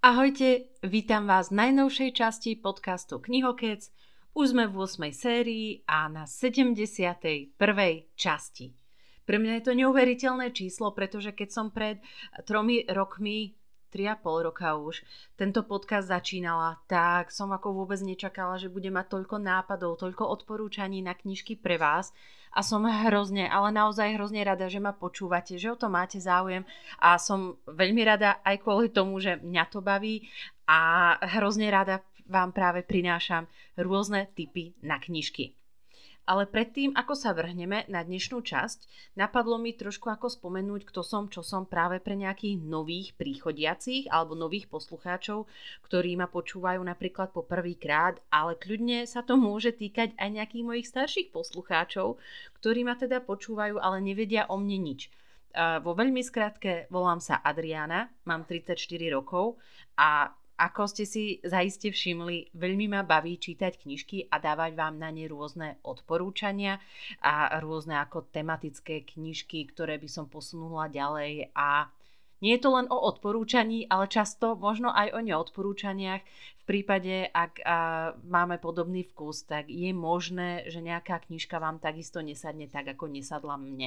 Ahojte, vítam vás v najnovšej časti podcastu Knihokec. Už sme v 8. sérii a na 71. časti. Pre mňa je to neuveriteľné číslo, pretože keď som pred 3 rokmi, 3,5 roka už, tento podcast začínala, tak som ako vôbec nečakala, že bude mať toľko nápadov, toľko odporúčaní na knižky pre vás. A som hrozne, ale naozaj hrozne rada, že ma počúvate, že o to máte záujem a som veľmi rada aj kvôli tomu, že mňa to baví a hrozne rada vám práve prinášam rôzne tipy na knižky. Ale predtým, ako sa vrhneme na dnešnú časť, napadlo mi trošku ako spomenúť, kto som, čo som práve pre nejakých nových príchodiacich alebo nových poslucháčov, ktorí ma počúvajú napríklad po prvýkrát, ale kľudne sa to môže týkať aj nejakých mojich starších poslucháčov, ktorí ma teda počúvajú, ale nevedia o mne nič. Vo veľmi skratke volám sa Adriana, mám 34 rokov a ako ste si zaiste všimli, veľmi ma baví čítať knižky a dávať vám na ne rôzne odporúčania a rôzne ako tematické knižky, ktoré by som posunula ďalej. A nie je to len o odporúčaní, ale často možno aj o neodporúčaniach. V prípade, ak máme podobný vkus, tak je možné, že nejaká knižka vám takisto nesadne tak, ako nesadla mne.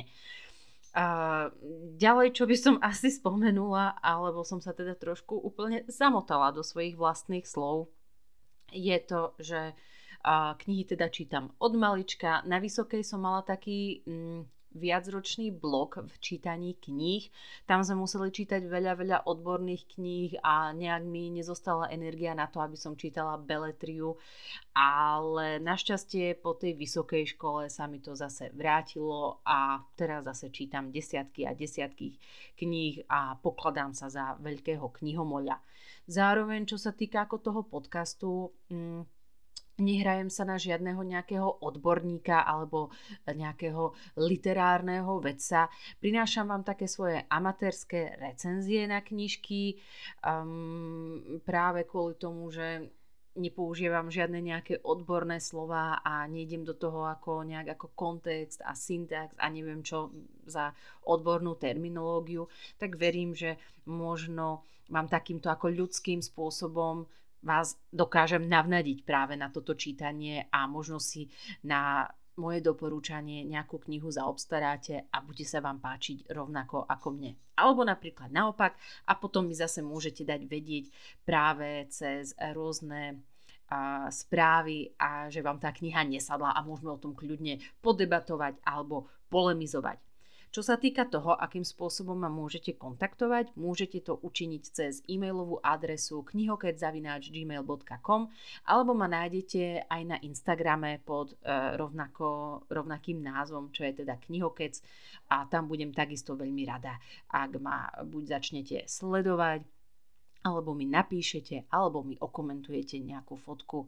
Ďalej, čo by som asi spomenula, alebo som sa teda trošku úplne zamotala do svojich vlastných slov, je to, že knihy teda čítam od malička. Na vysokej som mala taký viacročný blok v čítaní kníh. Tam sme museli čítať veľa odborných kníh a nejak mi nezostala energia na to, aby som čítala beletriu. Ale našťastie po tej vysokej škole sa mi to zase vrátilo a teraz zase čítam desiatky a desiatky kníh a pokladám sa za veľkého knihomoľa. Zároveň, čo sa týka ako toho podcastu, nehrajem sa na žiadneho nejakého odborníka alebo nejakého literárneho vedca. Prinášam vám také svoje amatérske recenzie na knižky práve kvôli tomu, že nepoužívam žiadne nejaké odborné slová a nejdem do toho ako nejak ako kontext a syntax a neviem čo za odbornú terminológiu, tak verím, že možno vám takýmto ako ľudským spôsobom vás dokážem navnadiť práve na toto čítanie a možno si na moje doporúčanie nejakú knihu zaobstaráte a bude sa vám páčiť rovnako ako mne. Alebo napríklad naopak a potom mi zase môžete dať vedieť práve cez rôzne správy a že vám tá kniha nesadla a môžeme o tom kľudne podebatovať alebo polemizovať. Čo sa týka toho, akým spôsobom ma môžete kontaktovať, môžete to učiniť cez e-mailovú adresu knihokec@gmail.com alebo ma nájdete aj na Instagrame pod rovnakým názvom, čo je teda Knihokec a tam budem takisto veľmi rada, ak ma buď začnete sledovať, alebo mi napíšete, alebo mi okomentujete nejakú fotku,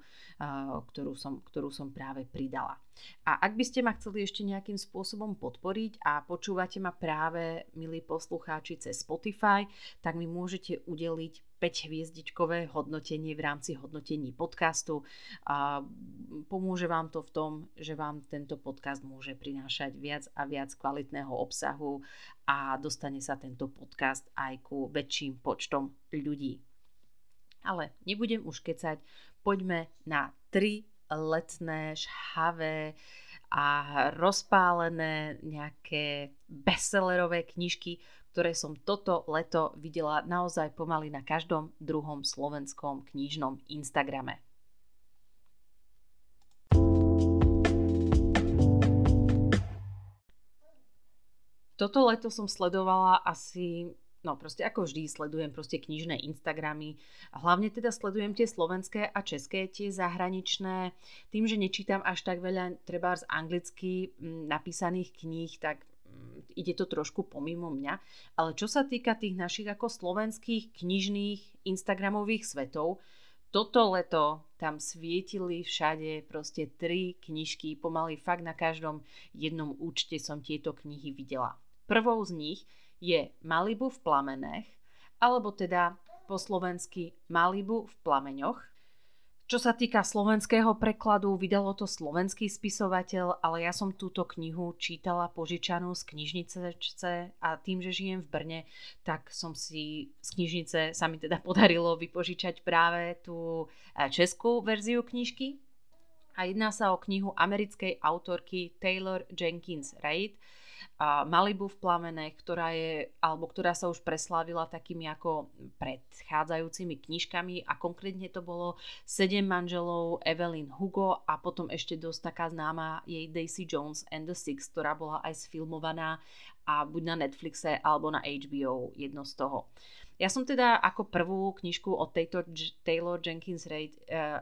ktorú som práve pridala. A ak by ste ma chceli ešte nejakým spôsobom podporiť a počúvate ma práve, milí poslucháči, cez Spotify, tak mi môžete udeliť 5-hviezdičkové hodnotenie v rámci hodnotení podcastu. A pomôže vám to v tom, že vám tento podcast môže prinášať viac a viac kvalitného obsahu a dostane sa tento podcast aj ku väčším počtom ľudí. Ale nebudem už kecať, poďme na 3 letné, žhavé a rozpálené nejaké bestsellerové knižky, ktoré som toto leto videla naozaj pomaly na každom druhom slovenskom knižnom Instagrame. Toto leto som sledovala asi, proste ako vždy sledujem proste knižné Instagramy. A hlavne teda sledujem tie slovenské a české, tie zahraničné. Tým, že nečítam až tak veľa trebárs anglicky napísaných kníh, tak ide to trošku pomimo mňa. Ale čo sa týka tých našich ako slovenských knižných Instagramových svetov, toto leto tam svietili všade proste 3 knižky, pomaly fakt na každom jednom účte som tieto knihy videla. Prvou z nich je Malibu v plamenech, alebo teda po slovensky Malibu v plameňoch, Čo sa týka slovenského prekladu, vydalo to slovenský spisovateľ, ale ja som túto knihu čítala požičanú z knižnice a tým, že žijem v Brne, tak som si z knižnice sa mi teda podarilo vypožičať práve tú českú verziu knižky. A jedná sa o knihu americkej autorky Taylor Jenkins Reid, Malibu v plamenech, ktorá sa už preslávila takými ako predchádzajúcimi knižkami a konkrétne to bolo 7 manželov Evelyn Hugo a potom ešte dosť taká známa jej Daisy Jones and the Six, ktorá bola aj sfilmovaná a buď na Netflixe alebo na HBO, jedno z toho. Ja som teda ako prvú knižku od Taylor Jenkins Reid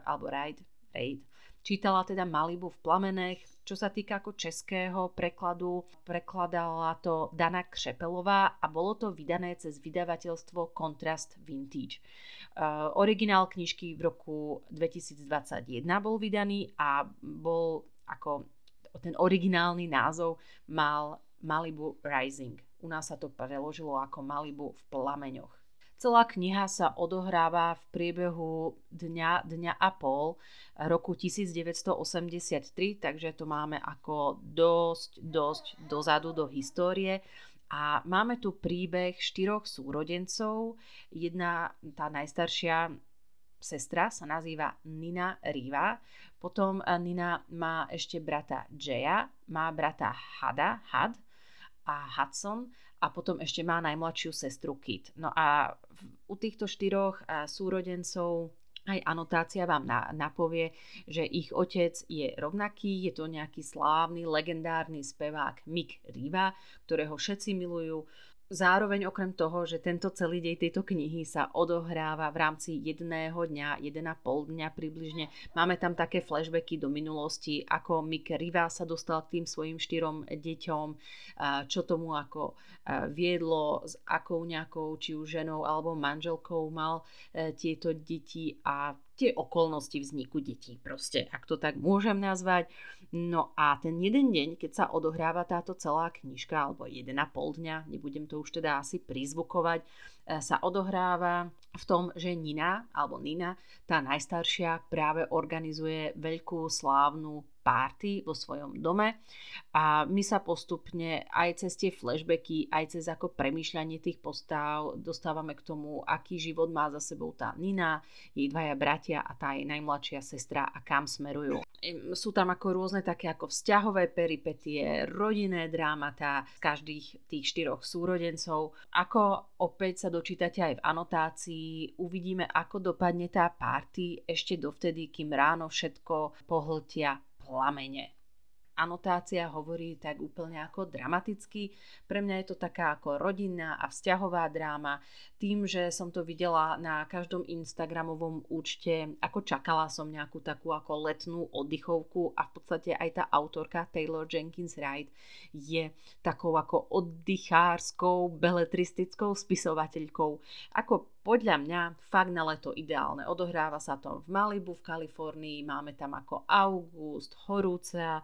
čítala teda Malibu v plamenech. Čo sa týka ako českého prekladu, prekladala to Dana Křepelová a bolo to vydané cez vydavateľstvo Kontrast Vintage. Originál knižky v roku 2021 bol vydaný a bol ako ten originálny názov mal Malibu Rising. U nás sa to preložilo ako Malibu v plameňoch. Celá kniha sa odohráva v priebehu dňa a pol roku 1983, takže to máme ako dosť dozadu do histórie. A máme tu príbeh 4 súrodencov. Jedna, tá najstaršia sestra sa nazýva Nina Riva. Potom Nina má ešte brata Jaya, má brata Had a Hudson a potom ešte má najmladšiu sestru Kit. No a u týchto 4 súrodencov aj anotácia vám napovie, že ich otec je rovnaký, je to nejaký slávny, legendárny spevák Mick Riva, ktorého všetci milujú. Zároveň okrem toho, že tento celý dej tejto knihy sa odohráva v rámci jedného dňa, 1,5 dňa približne. Máme tam také flashbacky do minulosti, ako Mick Riva sa dostal k tým svojim 4 deťom, čo tomu ako viedlo, s akou nejakou či už ženou alebo manželkou mal tieto deti a tie okolnosti vzniku detí, proste, ak to tak môžem nazvať. No a ten jeden deň, keď sa odohráva táto celá knižka, alebo 1,5 dňa, nebudem to už teda asi prizvukovať, sa odohráva v tom, že Nina, tá najstaršia, práve organizuje veľkú slávnu party vo svojom dome a my sa postupne aj cez tie flashbacky, aj cez ako premýšľanie tých postav dostávame k tomu, aký život má za sebou tá Nina, jej 2 bratia a tá jej najmladšia sestra a kam smerujú. Sú tam ako rôzne také ako vzťahové peripetie, rodinné drámatá z každých tých 4 súrodencov. Ako opäť sa dočítate aj v anotácii, uvidíme, ako dopadne tá party ešte dovtedy, kým ráno všetko pohltia plamene. Anotácia hovorí tak úplne ako dramaticky. Pre mňa je to taká ako rodinná a vzťahová dráma. Tým, že som to videla na každom instagramovom účte, ako čakala som nejakú takú ako letnú oddychovku a v podstate aj tá autorka Taylor Jenkins Reid je takou ako oddychárskou, beletristickou spisovateľkou. Ako podľa mňa fakt na leto ideálne. Odohráva sa to v Malibu v Kalifornii, máme tam ako august, horúca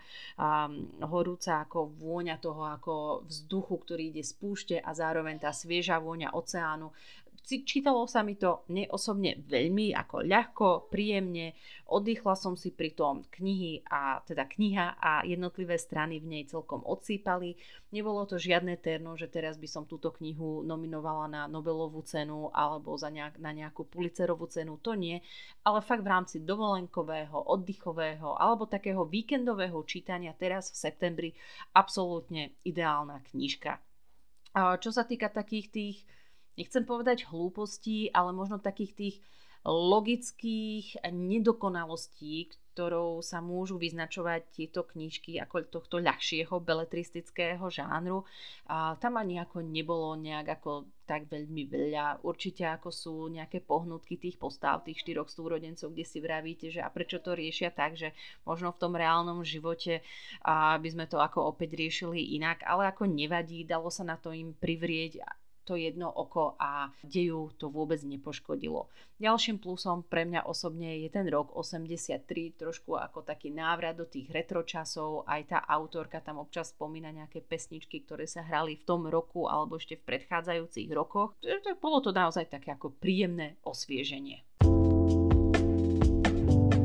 ako vôňa toho ako vzduchu, ktorý ide z púšte a zároveň tá svieža vôňa oceánu. Čítalo sa mi to mne osobne veľmi ako ľahko, príjemne, oddychla som si pri tom kniha a jednotlivé strany v nej celkom odsýpali. Nebolo to žiadne terno, že teraz by som túto knihu nominovala na Nobelovú cenu alebo na nejakú Pulitzerovú cenu, to nie, ale fakt v rámci dovolenkového, oddychového alebo takého víkendového čítania teraz v septembri absolútne ideálna knižka. Čo sa týka takých tých, nechcem povedať hlúpostí, ale možno takých tých logických nedokonalostí, ktorou sa môžu vyznačovať tieto knižky ako tohto ľahšieho beletristického žánru. Tam ani ako nebolo nejak ako tak veľmi veľa. Určite ako sú nejaké pohnutky tých postav, tých 4 súrodencov, kde si vravíte, že a prečo to riešia tak, že možno v tom reálnom živote by sme to ako opäť riešili inak, ale ako nevadí, dalo sa na to im privrieť to jedno oko a deju to vôbec nepoškodilo. Ďalším plusom pre mňa osobne je ten rok 83, trošku ako taký návrat do tých retro časov, aj tá autorka tam občas spomína nejaké pesničky, ktoré sa hrali v tom roku alebo ešte v predchádzajúcich rokoch. Bolo to naozaj také ako príjemné osvieženie.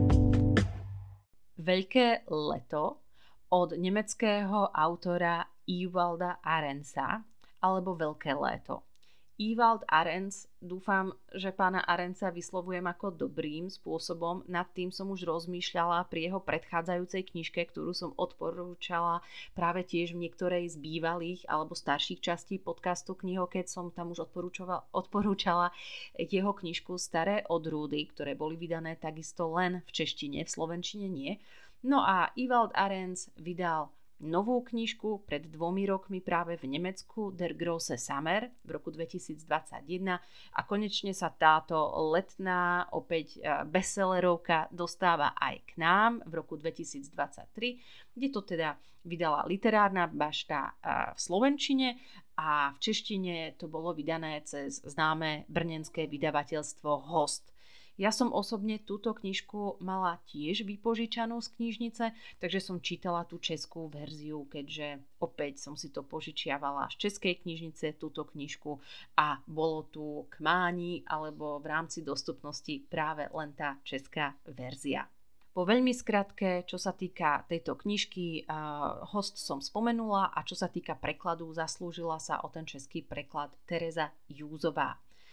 Veľké leto od nemeckého autora Evalda Arendsa alebo Veľké léto. Ewald Arends, dúfam, že pána Arendsa vyslovujem ako dobrým spôsobom. Nad tým som už rozmýšľala pri jeho predchádzajúcej knižke, ktorú som odporúčala práve tiež v niektorej z bývalých alebo starších častí podcastu Kniho, keď som tam už odporúčala jeho knižku Staré odrúdy, ktoré boli vydané takisto len v češtine, v slovenčine nie. No a Ewald Arends vydal novú knižku pred 2 rokmi práve v Nemecku, Der große Sommer v roku 2021 a konečne sa táto letná opäť bestsellerovka dostáva aj k nám v roku 2023, kde to teda vydala literárna bašta v slovenčine a v češtine to bolo vydané cez známe brněnské vydavateľstvo Host. Ja som osobne túto knižku mala tiež vypožičanú z knižnice, takže som čítala tú českú verziu, keďže opäť som si to požičiavala z českej knižnice, túto knižku a bolo tu k máni alebo v rámci dostupnosti práve len tá česká verzia. Po veľmi skratke, čo sa týka tejto knižky, Host som spomenula a čo sa týka prekladu, zaslúžila sa o ten český preklad Tereza Júzová.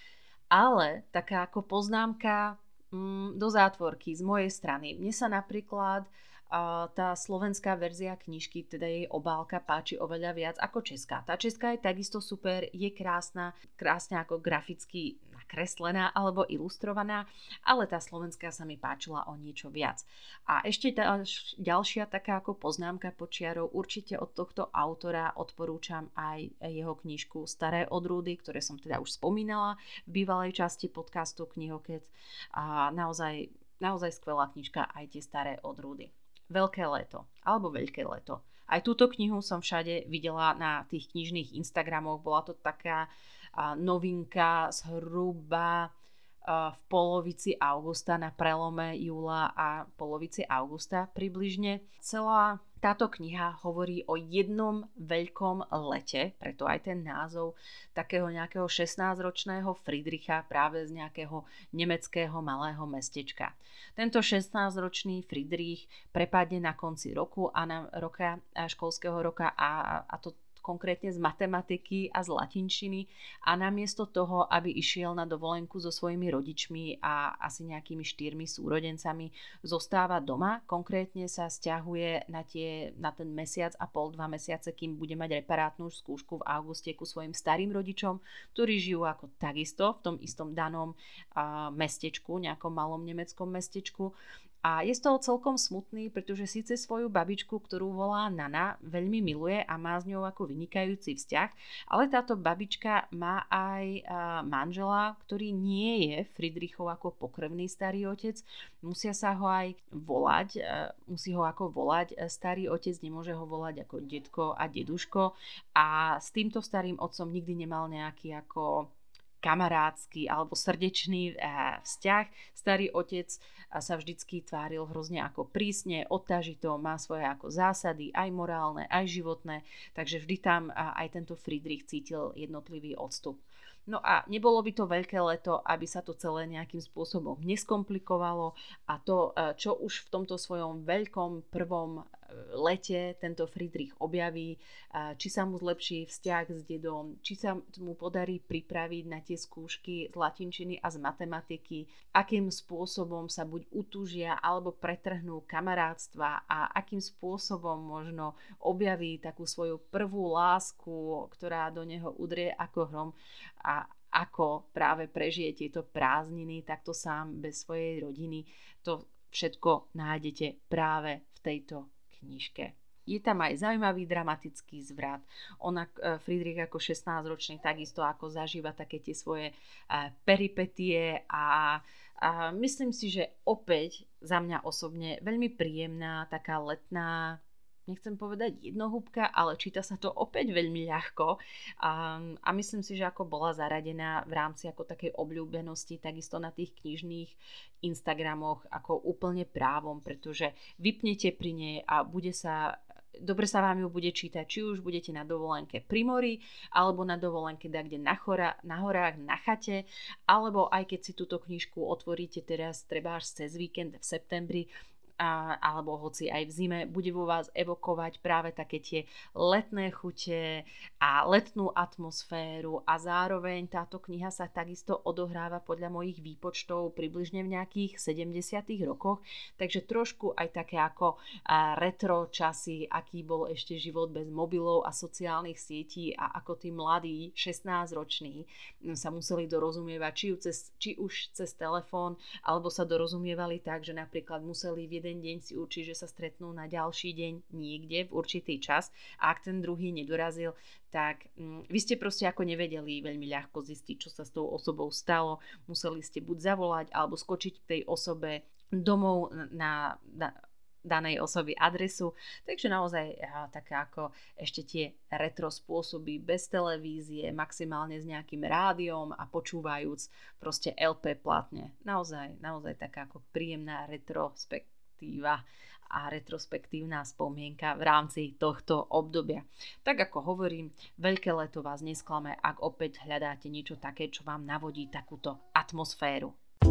Ale taká ako poznámka do zátvorky z mojej strany. Mne sa napríklad tá slovenská verzia knižky, teda jej obálka, páči oveľa viac ako česká. Tá česká je takisto super, je krásna, krásne ako graficky nakreslená alebo ilustrovaná, ale tá slovenská sa mi páčila o niečo viac. A ešte ďalšia taká ako poznámka počiarov, určite od tohto autora odporúčam aj jeho knižku Staré odrúdy, ktoré som teda už spomínala v bývalej časti podcastu Knihokec. A naozaj skvelá knižka aj tie Staré odrúdy. Veľké leto alebo Veľké leto. Aj túto knihu som všade videla na tých knižných Instagramoch. Bola to taká novinka zhruba v polovici augusta, na prelome júla a polovici augusta približne. Celá táto kniha hovorí o jednom veľkom lete, preto aj ten názov takého nejakého 16-ročného Friedricha práve z nejakého nemeckého malého mestečka. Tento 16-ročný Friedrich prepadne na konci roku a na školského roka a to konkrétne z matematiky a z latinčiny a namiesto toho, aby išiel na dovolenku so svojimi rodičmi a asi nejakými 4 súrodencami, zostáva doma, konkrétne sa sťahuje na ten mesiac a pol, 2 mesiace, kým bude mať reparátnu skúšku v auguste ku svojim starým rodičom, ktorí žijú ako takisto v tom istom danom mestečku, nejakom malom nemeckom mestečku. A je z toho celkom smutný, pretože síce svoju babičku, ktorú volá Nana, veľmi miluje a má s ňou ako vynikajúci vzťah, ale táto babička má aj manžela, ktorý nie je Friedrichov ako pokrvný starý otec. Musí ho ako volať starý otec, nemôže ho volať ako detko a deduško. A s týmto starým otcom nikdy nemal nejaký ako kamarátsky alebo srdečný vzťah. Starý otec sa vždycky tváril hrozne ako prísne, odtažito, má svoje ako zásady, aj morálne, aj životné, takže vždy tam aj tento Friedrich cítil jednotlivý odstup. No a nebolo by to veľké leto, aby sa to celé nejakým spôsobom neskomplikovalo a to, čo už v tomto svojom veľkom prvom lete tento Friedrich objaví, či sa mu zlepší vzťah s dedom, či sa mu podarí pripraviť na tie skúšky z latinčiny a z matematiky, akým spôsobom sa buď utúžia alebo pretrhnú kamarátstva a akým spôsobom možno objaví takú svoju prvú lásku, ktorá do neho udrie ako hrom a ako práve prežije tieto prázdniny takto sám bez svojej rodiny. To všetko nájdete práve v tejto knižke. Je tam aj zaujímavý dramatický zvrat. Friedrich ako 16-ročný takisto ako zažíva také tie svoje peripetie a myslím si, že opäť za mňa osobne veľmi príjemná, taká letná, nechcem povedať jednohúbka, ale číta sa to opäť veľmi ľahko a myslím si, že ako bola zaradená v rámci ako takej obľúbenosti takisto na tých knižných Instagramoch ako úplne právom, pretože vypnete pri nej a dobre sa vám ju bude čítať, či už budete na dovolenke pri mori, alebo na dovolenke kde na horách, na chate, alebo aj keď si túto knižku otvoríte teraz treba až cez víkend v septembri, alebo hoci aj v zime, bude vo vás evokovať práve také tie letné chute a letnú atmosféru a zároveň táto kniha sa takisto odohráva podľa mojich výpočtov približne v nejakých 70. rokoch, takže trošku aj také ako retro časy, aký bol ešte život bez mobilov a sociálnych sietí a ako tí mladí 16-roční sa museli dorozumievať či už cez telefón, alebo sa dorozumievali tak, že napríklad museli v jeden deň si určiť, že sa stretnú na ďalší deň niekde v určitý čas a ak ten druhý nedorazil, tak vy ste proste ako nevedeli veľmi ľahko zistiť, čo sa s tou osobou stalo. Museli ste buď zavolať alebo skočiť k tej osobe domov na danej osoby adresu. Takže naozaj také ako ešte tie retro spôsoby bez televízie, maximálne s nejakým rádiom a počúvajúc proste LP platne. Naozaj taká ako príjemná retrospektíva a retrospektívna spomienka v rámci tohto obdobia. Tak ako hovorím, veľké leto vás nesklame, ak opäť hľadáte niečo také, čo vám navodí takúto atmosféru.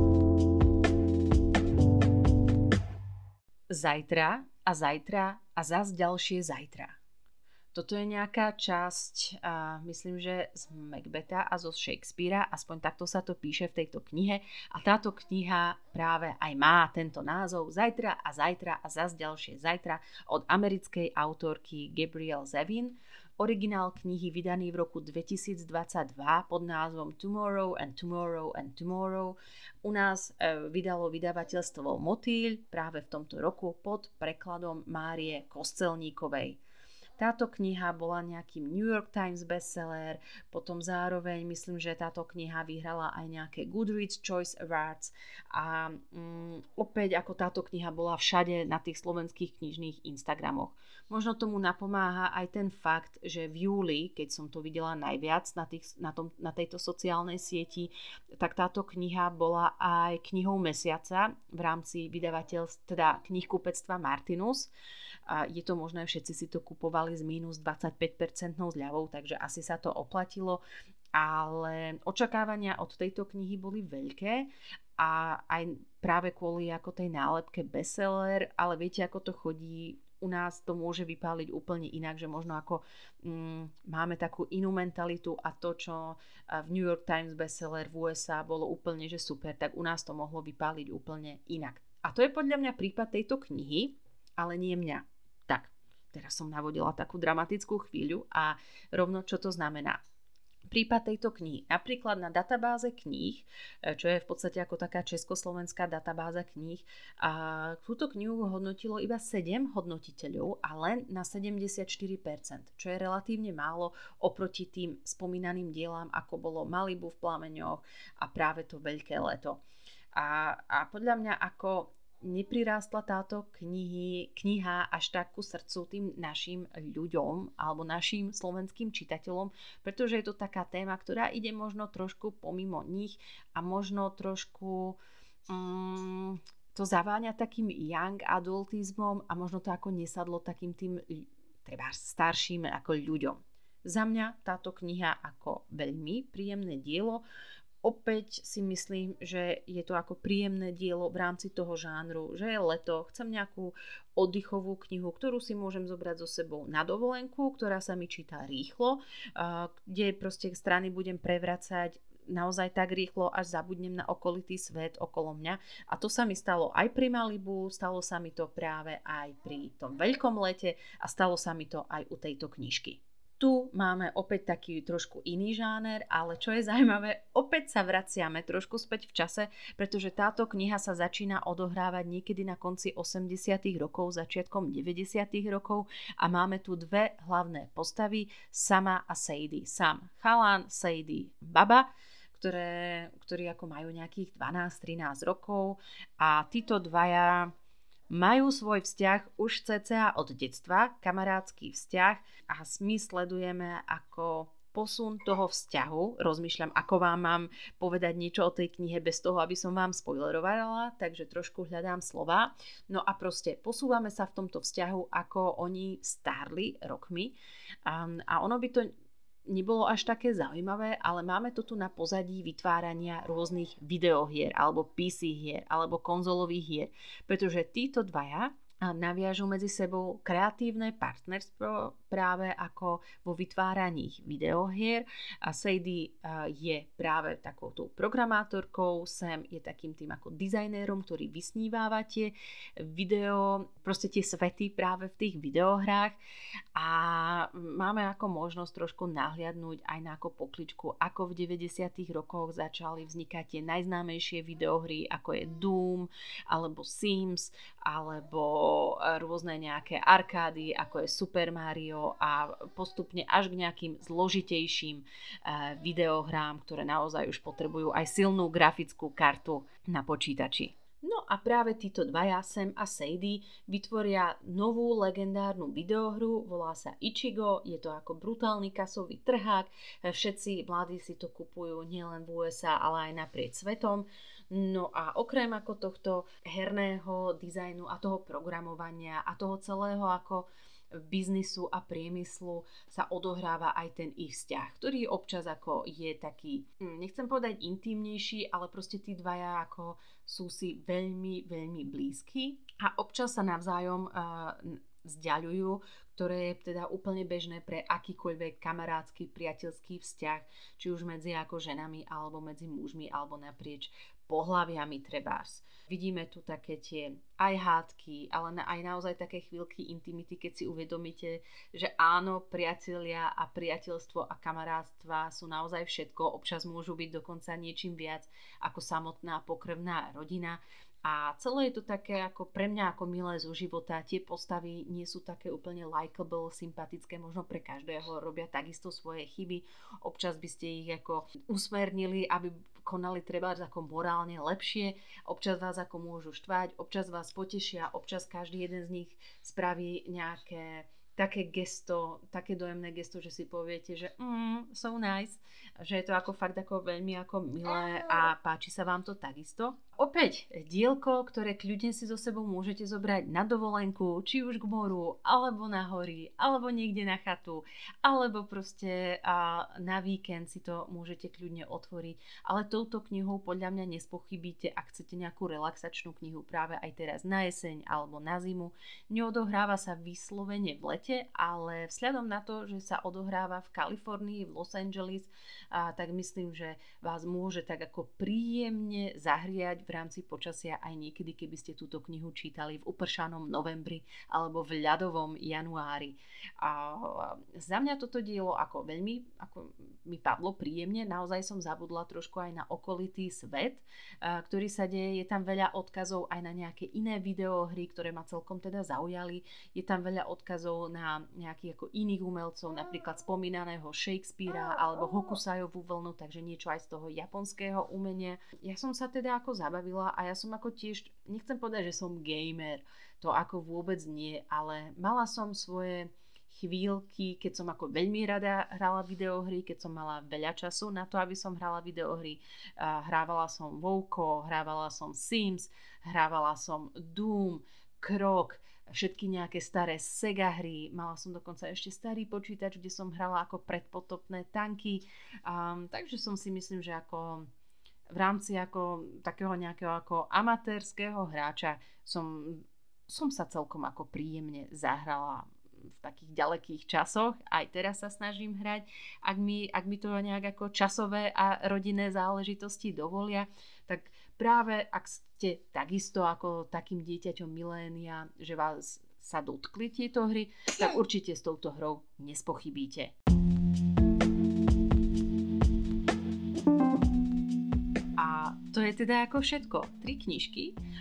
Zajtra a zajtra a zas ďalšie zajtra. Toto je nejaká časť, myslím, že z Macbetha a zo Shakespearea, aspoň takto sa to píše v tejto knihe a táto kniha práve aj má tento názov Zajtra a zas ďalšie zajtra od americkej autorky Gabrielle Zevin. Originál knihy vydaný v roku 2022 pod názvom Tomorrow and Tomorrow and Tomorrow u nás vydalo vydavateľstvo Motýľ práve v tomto roku pod prekladom Márie Kostelníkovej. Táto kniha bola nejakým New York Times bestseller, potom zároveň myslím, že táto kniha vyhrala aj nejaké Goodreads Choice Awards a opäť ako táto kniha bola všade na tých slovenských knižných Instagramoch. Možno tomu napomáha aj ten fakt, že v júli, keď som to videla najviac na tejto sociálnej sieti, tak táto kniha bola aj knihou mesiaca v rámci teda knihkupectva Martinus. A je to možné, všetci si to kupovali s minus 25% zľavou, takže asi sa to oplatilo, ale očakávania od tejto knihy boli veľké a aj práve kvôli ako tej nálepke bestseller, ale viete, ako to chodí, u nás to môže vypáliť úplne inak, že možno ako máme takú inú mentalitu a to, čo v New York Times bestseller v USA bolo úplne že super, tak u nás to mohlo vypáliť úplne inak. A to je podľa mňa prípad tejto knihy, ale nie mňa. Tak, teraz som navodila takú dramatickú chvíľu a rovno čo to znamená. Prípad tejto knihy. Napríklad na databáze kníh, čo je v podstate ako taká československá databáza kníh, a túto knihu hodnotilo iba 7 hodnotiteľov a len na 74%, čo je relatívne málo oproti tým spomínaným dielám, ako bolo Malibu v plameňoch a práve to Veľké leto. A podľa mňa ako neprirástla táto kniha až tak ku srdcu tým našim ľuďom alebo našim slovenským čitateľom, pretože je to taká téma, ktorá ide možno trošku pomimo nich a možno trošku to zaváňa takým young adultizmom a možno to ako nesadlo takým tým treba starším ako ľuďom. Za mňa táto kniha ako veľmi príjemné dielo. Opäť si myslím, že je to ako príjemné dielo v rámci toho žánru, že je leto, chcem nejakú oddychovú knihu, ktorú si môžem zobrať so sebou na dovolenku, ktorá sa mi číta rýchlo, kde proste strany budem prevracať naozaj tak rýchlo, až zabudnem na okolitý svet okolo mňa. A to sa mi stalo aj pri Malibu, stalo sa mi to práve aj pri tom Veľkom lete a stalo sa mi to aj u tejto knižky. Tu máme opäť taký trošku iný žáner, ale čo je zaujímavé, opäť sa vraciame trošku späť v čase, pretože táto kniha sa začína odohrávať niekedy na konci 80. rokov, začiatkom 90. rokov a máme tu dve hlavné postavy, Sama a Sadie. Sam chalán, Sadie baba, ktorí ako majú nejakých 12-13 rokov a títo dvaja majú svoj vzťah už cca od detstva, kamarátsky vzťah a my sledujeme ako posun toho vzťahu. Rozmýšľam, ako vám mám povedať niečo o tej knihe bez toho, aby som vám spoilerovala, takže trošku hľadám slova. No a proste posúvame sa v tomto vzťahu, ako oni stárli rokmi a ono by to nebolo až také zaujímavé, ale máme to tu na pozadí vytvárania rôznych videohier alebo PC hier alebo konzolových hier, pretože títo dvaja naviažu medzi sebou kreatívne partnerstvo práve ako vo vytváraní videohier a Sadie je práve takouto programátorkou, Sam je takým tým ako dizajnérom, ktorý vysníváva tie video, proste tie svety práve v tých videohrách a máme ako možnosť trošku nahliadnúť aj na ako pokličku, ako v 90. rokoch začali vznikať tie najznámejšie videohry, ako je Doom alebo Sims alebo rôzne nejaké arkády, ako je Super Mario a postupne až k nejakým zložitejším videohrám, ktoré naozaj už potrebujú aj silnú grafickú kartu na počítači. No a práve títo dvaja, Sam a Sadie, vytvoria novú legendárnu videohru, volá sa Ichigo, je to ako brutálny kasový trhák, všetci mladí si to kupujú nielen v USA, ale aj naprieč svetom. No a okrem ako tohto herného dizajnu a toho programovania a toho celého ako biznisu a priemyslu sa odohráva aj ten ich vzťah, ktorý občas ako je taký, nechcem povedať intímnejší, ale proste tí dvaja ako sú si veľmi, veľmi blízki a občas sa navzájom vzdiaľujú, ktoré je teda úplne bežné pre akýkoľvek kamarátsky, priateľský vzťah, či už medzi ako ženami, alebo medzi mužmi, alebo naprieč pohlaviami trebárs. Vidíme tu také tie aj hádky, ale aj naozaj také chvíľky intimity, keď si uvedomíte, že áno, priatelia a priateľstvo a kamarátstva sú naozaj všetko, občas môžu byť dokonca niečím viac ako samotná pokrvná rodina. A celé je to také ako pre mňa ako milé zo života. Tie postavy nie sú také úplne likeable, sympatické, možno pre každého, robia takisto svoje chyby. Občas by ste ich ako usmernili, aby konali treba ako morálne lepšie. Občas vás ako môžu štvať, občas vás potešia, občas každý jeden z nich spraví nejaké také gesto, také dojemné gesto, že si poviete, že so nice, že je to ako fakt ako veľmi ako milé a páči sa vám to takisto. Opäť dielko, ktoré kľudne si so sebou môžete zobrať na dovolenku, či už k moru, alebo na hory, alebo niekde na chatu, alebo proste na víkend si to môžete kľudne otvoriť. Ale touto knihou podľa mňa nespochybíte, ak chcete nejakú relaxačnú knihu práve aj teraz na jeseň alebo na zimu. Neodohráva sa vyslovene v lete, ale vzhľadom na to, že sa odohráva v Kalifornii, v Los Angeles, tak myslím, že vás môže tak ako príjemne zahriať v rámci počasia aj niekedy, keby ste túto knihu čítali v upršanom novembri alebo v ľadovom januári. A za mňa toto dielo ako veľmi ako mi padlo príjemne, naozaj som zabudla trošku aj na okolitý svet, ktorý sa deje, je tam veľa odkazov aj na nejaké iné videohry, ktoré ma celkom teda zaujali, je tam veľa odkazov na nejakých ako iných umelcov, napríklad spomínaného Shakespearea alebo Hokusajovú vlnu, takže niečo aj z toho japonského umenia. Ja som sa teda ako zabavila a ja som ako tiež, nechcem povedať, že som gamer, to ako vôbec nie, ale mala som svoje chvíľky, keď som ako veľmi rada hrala videohry, keď som mala veľa času na to, aby som hrala videohry. Hrávala som WoWko, hrávala som Sims, hrávala som Doom, Krok, všetky nejaké staré Sega hry, mala som dokonca ešte starý počítač, kde som hrala ako predpotopné tanky, takže som si myslím, že ako v rámci ako takého nejakého ako amatérskeho hráča som sa celkom ako príjemne zahrala v takých ďalekých časoch. Aj teraz sa snažím hrať, ak mi to nejak ako časové a rodinné záležitosti dovolia, tak práve ak ste takisto ako takým dieťaťom milénia, že vás sa dotkli tieto hry, tak určite s touto hrou nespochybíte. To je teda ako všetko. 3 knižky.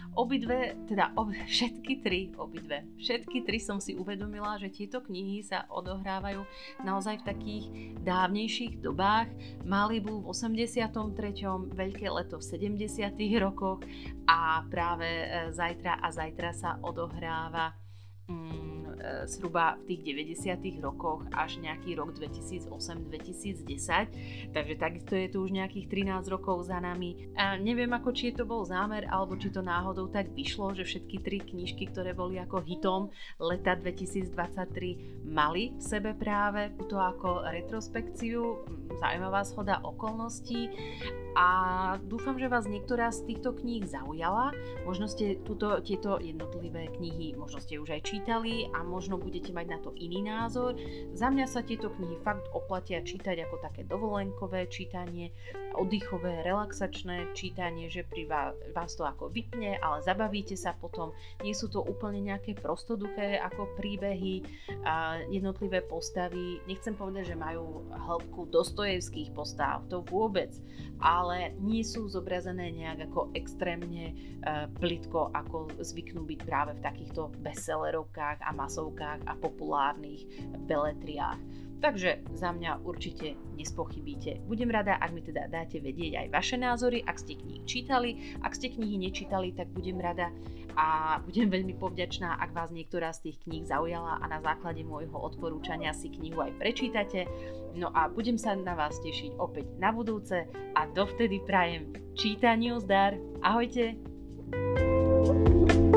Všetky tri som si uvedomila, že tieto knihy sa odohrávajú naozaj v takých dávnejších dobách. Malibu v 83., Veľké leto v 70. rokoch a práve zajtra sa odohráva zhruba v tých 90. rokoch až nejaký rok 2008-2010, takže takisto je to už nejakých 13 rokov za nami. A neviem ako, či to bol zámer, alebo či to náhodou tak vyšlo, že všetky 3 knižky, ktoré boli ako hitom leta 2023, mali v sebe práve to ako retrospekciu. Zaujímavá schoda okolností a dúfam, že vás niektorá z týchto kníh zaujala. Možno ste tieto jednotlivé knihy možno ste už aj čítali a možno budete mať na to iný názor. Za mňa sa tieto knihy fakt oplatia čítať ako také dovolenkové čítanie, oddychové, relaxačné čítanie, že pri vás to ako vypne, ale zabavíte sa potom. Nie sú to úplne nejaké prostoduché ako príbehy, jednotlivé postavy. Nechcem povedať, že majú hĺbku Dostojevských postav, to vôbec, ale nie sú zobrazené nejak ako extrémne plitko, ako zvyknú byť práve v takýchto bestsellerovkách a masovkách a populárnych beletriách. Takže za mňa určite nespochybíte. Budem rada, ak mi teda dáte vedieť aj vaše názory, ak ste knihy čítali. Ak ste knihy nečítali, tak budem rada a budem veľmi povďačná, ak vás niektorá z tých kníh zaujala a na základe môjho odporúčania si knihu aj prečítate. No a budem sa na vás tešiť opäť na budúce a dovtedy prajem čítaniu zdar. Ahojte!